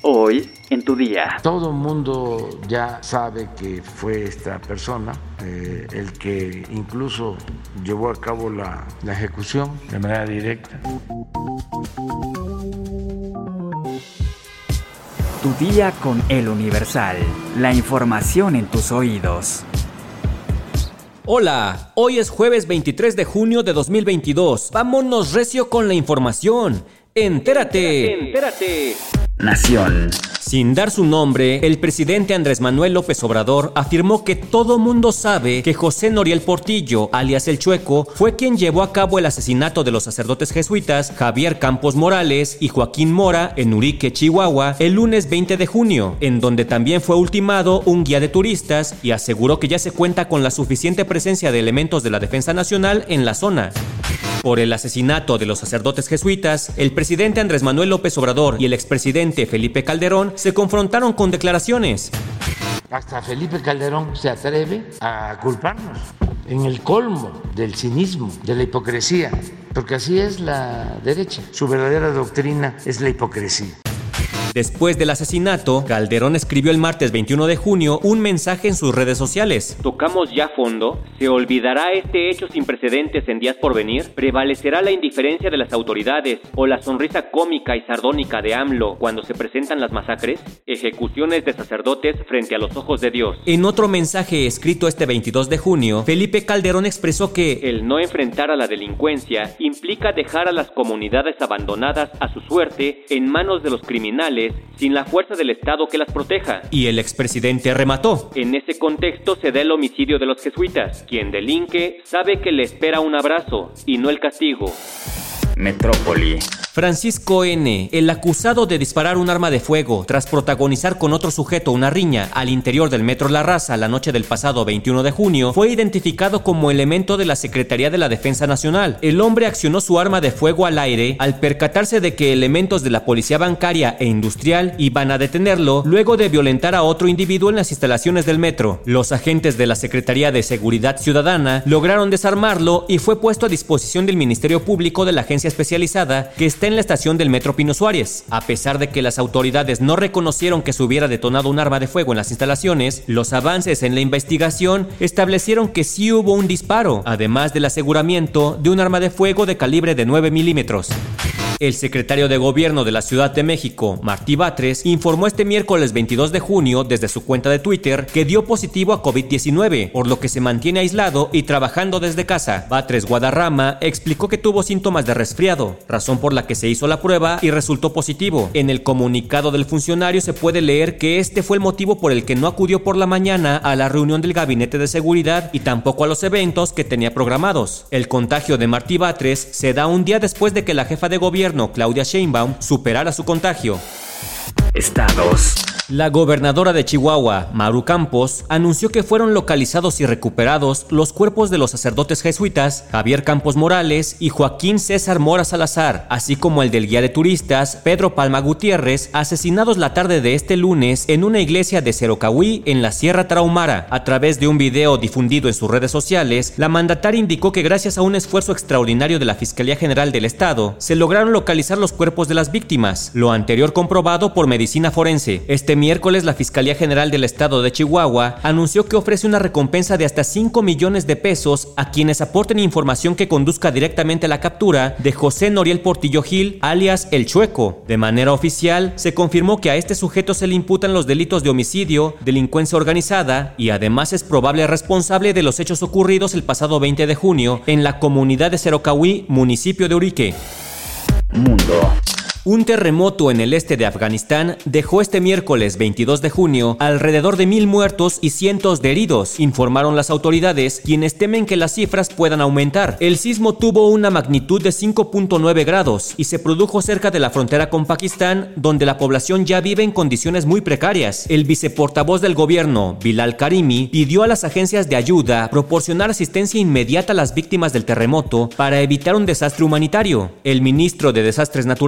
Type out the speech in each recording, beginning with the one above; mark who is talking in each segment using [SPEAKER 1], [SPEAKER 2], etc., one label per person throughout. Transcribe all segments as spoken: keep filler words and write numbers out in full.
[SPEAKER 1] Hoy en tu día.
[SPEAKER 2] Todo el mundo ya sabe que fue esta persona eh, el que incluso llevó a cabo la, la ejecución de manera directa.
[SPEAKER 1] Tu día con El Universal. La información en tus oídos.
[SPEAKER 3] Hola, hoy es jueves veintitrés de junio de dos mil veintidós. Vámonos recio con la información. Entérate. Entérate.
[SPEAKER 1] Nación.
[SPEAKER 3] Sin dar su nombre, el presidente Andrés Manuel López Obrador afirmó que todo mundo sabe que José Noriel Portillo, alias El Chueco, fue quien llevó a cabo el asesinato de los sacerdotes jesuitas Javier Campos Morales y Joaquín Mora en Urique, Chihuahua, el lunes veinte de junio, en donde también fue ultimado un guía de turistas y aseguró que ya se cuenta con la suficiente presencia de elementos de la Defensa Nacional en la zona. Por el asesinato de los sacerdotes jesuitas, el presidente Andrés Manuel López Obrador y el expresidente Felipe Calderón se confrontaron con declaraciones.
[SPEAKER 2] Hasta Felipe Calderón se atreve a culparnos en el colmo del cinismo, de la hipocresía, porque así es la derecha. Su verdadera doctrina es la hipocresía.
[SPEAKER 3] Después del asesinato, Calderón escribió el martes veintiuno de junio un mensaje en sus redes sociales.
[SPEAKER 4] ¿Tocamos ya fondo? ¿Se olvidará este hecho sin precedentes en días por venir? ¿Prevalecerá la indiferencia de las autoridades o la sonrisa cómica y sardónica de AMLO cuando se presentan las masacres? Ejecuciones de sacerdotes frente a los ojos de Dios.
[SPEAKER 3] En otro mensaje escrito este veintidós de junio, Felipe Calderón expresó que
[SPEAKER 4] el no enfrentar a la delincuencia implica dejar a las comunidades abandonadas a su suerte en manos de los criminales sin la fuerza del Estado que las proteja.
[SPEAKER 3] Y el expresidente remató.
[SPEAKER 4] En ese contexto se da el homicidio de los jesuitas. Quien delinque sabe que le espera un abrazo y no el castigo.
[SPEAKER 1] Metrópoli.
[SPEAKER 3] Francisco N., el acusado de disparar un arma de fuego tras protagonizar con otro sujeto una riña al interior del Metro La Raza la noche del pasado veintiuno de junio, fue identificado como elemento de la Secretaría de la Defensa Nacional. El hombre accionó su arma de fuego al aire al percatarse de que elementos de la Policía Bancaria e Industrial iban a detenerlo luego de violentar a otro individuo en las instalaciones del metro. Los agentes de la Secretaría de Seguridad Ciudadana lograron desarmarlo y fue puesto a disposición del Ministerio Público de la Agencia Especializada que está en la estación del Metro Pino Suárez. A pesar de que las autoridades no reconocieron que se hubiera detonado un arma de fuego en las instalaciones, los avances en la investigación establecieron que sí hubo un disparo, además del aseguramiento de un arma de fuego de calibre de nueve milímetros. El secretario de Gobierno de la Ciudad de México, Martí Batres, informó este miércoles veintidós de junio desde su cuenta de Twitter que dio positivo a COVID diecinueve, por lo que se mantiene aislado y trabajando desde casa. Batres Guadarrama explicó que tuvo síntomas de resfriado, razón por la que se hizo la prueba y resultó positivo. En el comunicado del funcionario se puede leer que este fue el motivo por el que no acudió por la mañana a la reunión del Gabinete de Seguridad y tampoco a los eventos que tenía programados. El contagio de Martí Batres se da un día después de que la jefa de gobierno Claudia Sheinbaum superara su contagio.
[SPEAKER 1] Estados.
[SPEAKER 3] La gobernadora de Chihuahua, Maru Campos, anunció que fueron localizados y recuperados los cuerpos de los sacerdotes jesuitas Javier Campos Morales y Joaquín César Mora Salazar, así como el del guía de turistas Pedro Palma Gutiérrez, asesinados la tarde de este lunes en una iglesia de Cerocahui en la Sierra Tarahumara. A través de un video difundido en sus redes sociales, la mandataria indicó que gracias a un esfuerzo extraordinario de la Fiscalía General del Estado, se lograron localizar los cuerpos de las víctimas, lo anterior comprobado por medicina forense. Este miércoles, la Fiscalía General del Estado de Chihuahua anunció que ofrece una recompensa de hasta cinco millones de pesos a quienes aporten información que conduzca directamente a la captura de José Noriel Portillo Gil, alias El Chueco. De manera oficial, se confirmó que a este sujeto se le imputan los delitos de homicidio, delincuencia organizada y además es probable responsable de los hechos ocurridos el pasado veinte de junio en la comunidad de Cerocahui, municipio de Urique.
[SPEAKER 1] Mundo.
[SPEAKER 3] Un terremoto en el este de Afganistán dejó este miércoles veintidós de junio alrededor de mil muertos y cientos de heridos, informaron las autoridades, quienes temen que las cifras puedan aumentar. El sismo tuvo una magnitud de cinco punto nueve grados y se produjo cerca de la frontera con Pakistán, donde la población ya vive en condiciones muy precarias. El viceportavoz del gobierno, Bilal Karimi, pidió a las agencias de ayuda proporcionar asistencia inmediata a las víctimas del terremoto para evitar un desastre humanitario. El ministro de Desastres Naturales,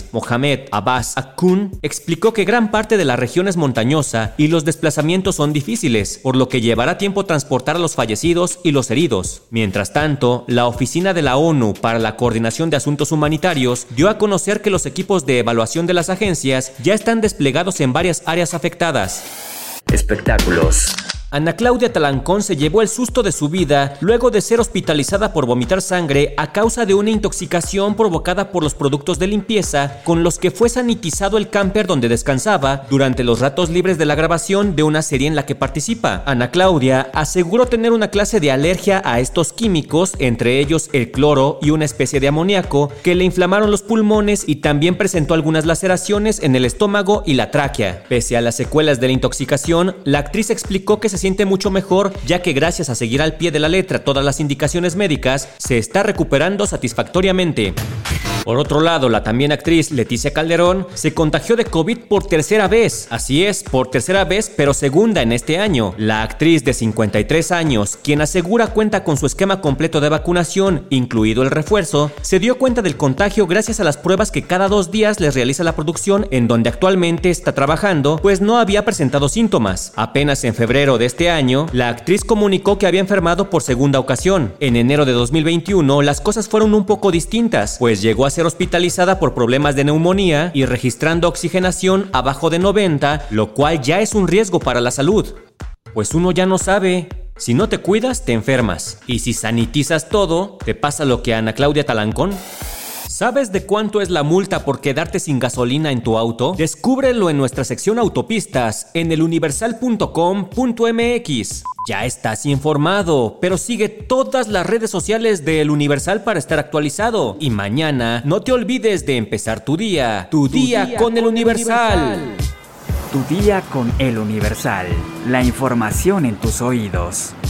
[SPEAKER 3] locales, Mohamed Abbas Akun, explicó que gran parte de la región es montañosa y los desplazamientos son difíciles, por lo que llevará tiempo transportar a los fallecidos y los heridos. Mientras tanto, la Oficina de la ONU para la Coordinación de Asuntos Humanitarios dio a conocer que los equipos de evaluación de las agencias ya están desplegados en varias áreas afectadas.
[SPEAKER 1] Espectáculos.
[SPEAKER 3] Ana Claudia Talancón se llevó el susto de su vida luego de ser hospitalizada por vomitar sangre a causa de una intoxicación provocada por los productos de limpieza con los que fue sanitizado el camper donde descansaba durante los ratos libres de la grabación de una serie en la que participa. Ana Claudia aseguró tener una clase de alergia a estos químicos, entre ellos el cloro y una especie de amoníaco, que le inflamaron los pulmones y también presentó algunas laceraciones en el estómago y la tráquea. Pese a las secuelas de la intoxicación, la actriz explicó que se siente mucho mejor, ya que gracias a seguir al pie de la letra todas las indicaciones médicas, se está recuperando satisfactoriamente. Por otro lado, la también actriz Leticia Calderón se contagió de COVID por tercera vez. Así es, por tercera vez, pero segunda en este año. La actriz de cincuenta y tres años, quien asegura cuenta con su esquema completo de vacunación, incluido el refuerzo, se dio cuenta del contagio gracias a las pruebas que cada dos días les realiza la producción, en donde actualmente está trabajando, pues no había presentado síntomas. Apenas en febrero de este año, la actriz comunicó que había enfermado por segunda ocasión. En enero de dos mil veintiuno, las cosas fueron un poco distintas, pues llegó a ser hospitalizada por problemas de neumonía y registrando oxigenación abajo de noventa, lo cual ya es un riesgo para la salud. Pues uno ya no sabe. Si no te cuidas, te enfermas. Y si sanitizas todo, te pasa lo que a Ana Claudia Talancón. ¿Sabes de cuánto es la multa por quedarte sin gasolina en tu auto? Descúbrelo en nuestra sección autopistas en el universal punto com punto m x. Ya estás informado, pero sigue todas las redes sociales de El Universal para estar actualizado. Y mañana no te olvides de empezar tu día, tu, tu día, día con, con El Universal.
[SPEAKER 1] Tu día con El Universal. La información en tus oídos.